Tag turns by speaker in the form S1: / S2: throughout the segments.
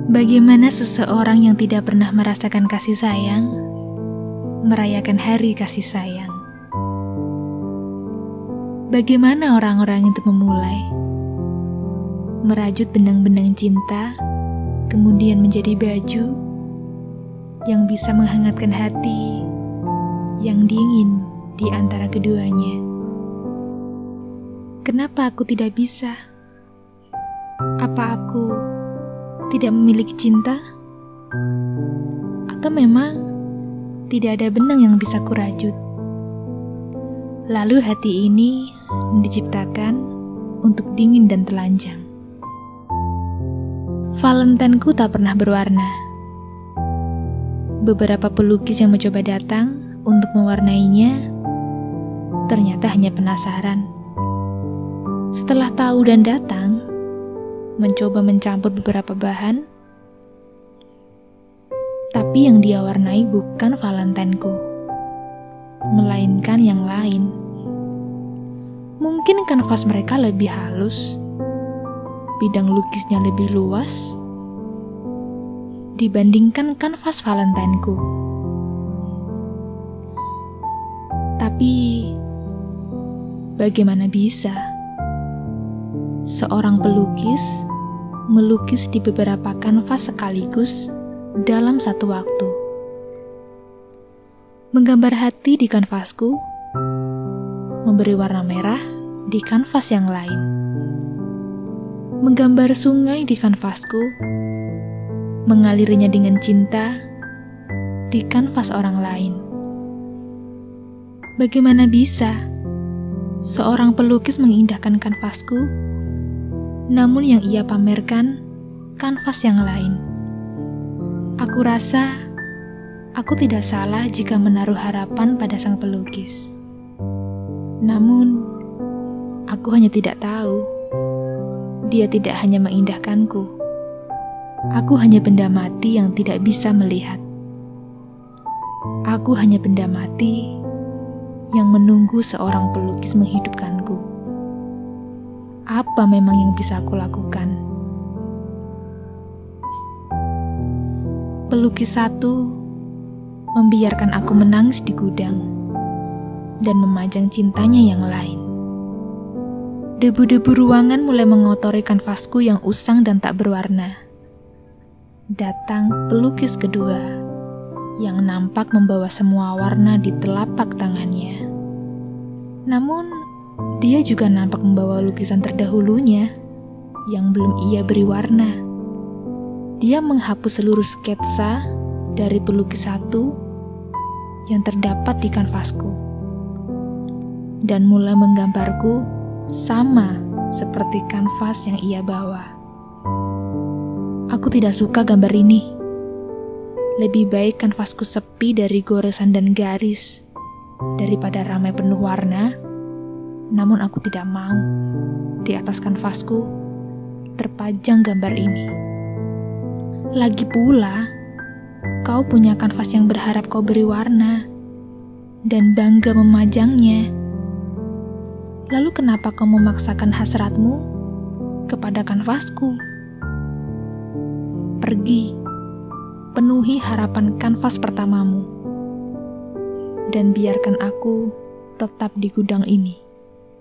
S1: Bagaimana seseorang yang tidak pernah merasakan kasih sayang merayakan hari kasih sayang? Bagaimana orang-orang itu memulai merajut benang-benang cinta, kemudian menjadi baju yang bisa menghangatkan hati yang dingin di antara keduanya? Kenapa aku tidak bisa? Apa aku tidak memiliki cinta? Atau memang tidak ada benang yang bisa kurajut? Lalu hati ini diciptakan untuk dingin dan telanjang. Valentineku tak pernah berwarna. Beberapa pelukis yang mencoba datang untuk mewarnainya ternyata hanya penasaran. Setelah tahu dan datang, mencoba mencampur beberapa bahan, tapi yang dia warnai bukan Valentineku, melainkan yang lain. Mungkin kanvas mereka lebih halus, bidang lukisnya lebih luas dibandingkan kanvas Valentineku. Tapi bagaimana bisa seorang pelukis melukis di beberapa kanvas sekaligus dalam satu waktu? Menggambar hati di kanvasku, memberi warna merah di kanvas yang lain. Menggambar sungai di kanvasku, mengalirinya dengan cinta di kanvas orang lain. Bagaimana bisa seorang pelukis mengindahkan kanvasku, namun yang ia pamerkan kanvas yang lain? Aku rasa aku tidak salah jika menaruh harapan pada sang pelukis. Namun, aku hanya tidak tahu, dia tidak hanya mengindahkanku. Aku hanya benda mati yang tidak bisa melihat. Aku hanya benda mati yang menunggu seorang pelukis menghidupkanku. Apa memang yang bisa aku lakukan? Pelukis satu membiarkan aku menangis di gudang dan memajang cintanya yang lain. Debu-debu ruangan mulai mengotori kanvasku yang usang dan tak berwarna. Datang pelukis kedua yang nampak membawa semua warna di telapak tangannya. Namun, dia juga nampak membawa lukisan terdahulunya yang belum ia beri warna. Dia menghapus seluruh sketsa dari pelukis satu yang terdapat di kanvasku dan mulai menggambarku sama seperti kanvas yang ia bawa. Aku tidak suka gambar ini. Lebih baik kanvasku sepi dari goresan dan garis daripada ramai penuh warna. Namun aku tidak mau di atas kanvasku terpajang gambar ini. Lagi pula, kau punya kanvas yang berharap kau beri warna dan bangga memajangnya. Lalu kenapa kau memaksakan hasratmu kepada kanvasku? Pergi, penuhi harapan kanvas pertamamu, dan biarkan aku tetap di gudang ini.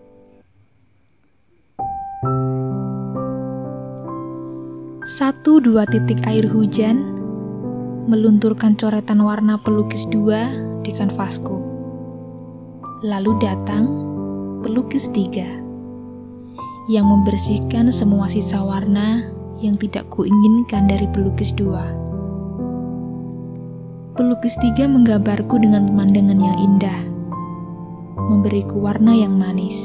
S1: Satu dua titik air hujan melunturkan coretan warna pelukis dua di kanvasku. Lalu datang pelukis tiga yang membersihkan semua sisa warna yang tidak kuinginkan dari pelukis dua. Pelukis tiga menggambarku dengan pemandangan yang indah, memberiku warna yang manis.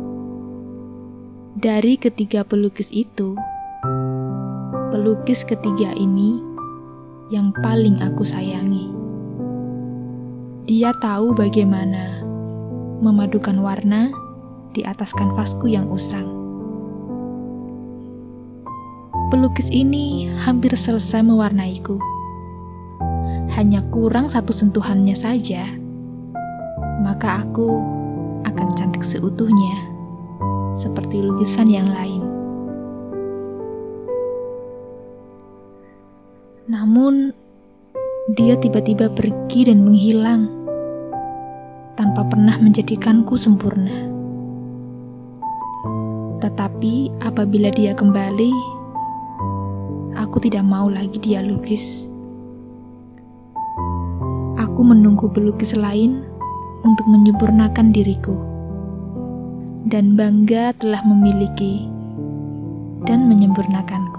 S1: Dari ketiga pelukis itu, pelukis ketiga ini yang paling aku sayangi. Dia tahu bagaimana memadukan warna di atas kanvasku yang usang. Pelukis ini hampir selesai mewarnaiku. Hanya kurang satu sentuhannya saja, maka aku akan cantik seutuhnya, seperti lukisan yang lain. Namun, dia tiba-tiba pergi dan menghilang tanpa pernah menjadikanku sempurna. Tetapi apabila dia kembali, aku tidak mau lagi dia lukis. Aku menunggu pelukis lain untuk menyempurnakan diriku, dan bangga telah memiliki dan menyempurnakanku.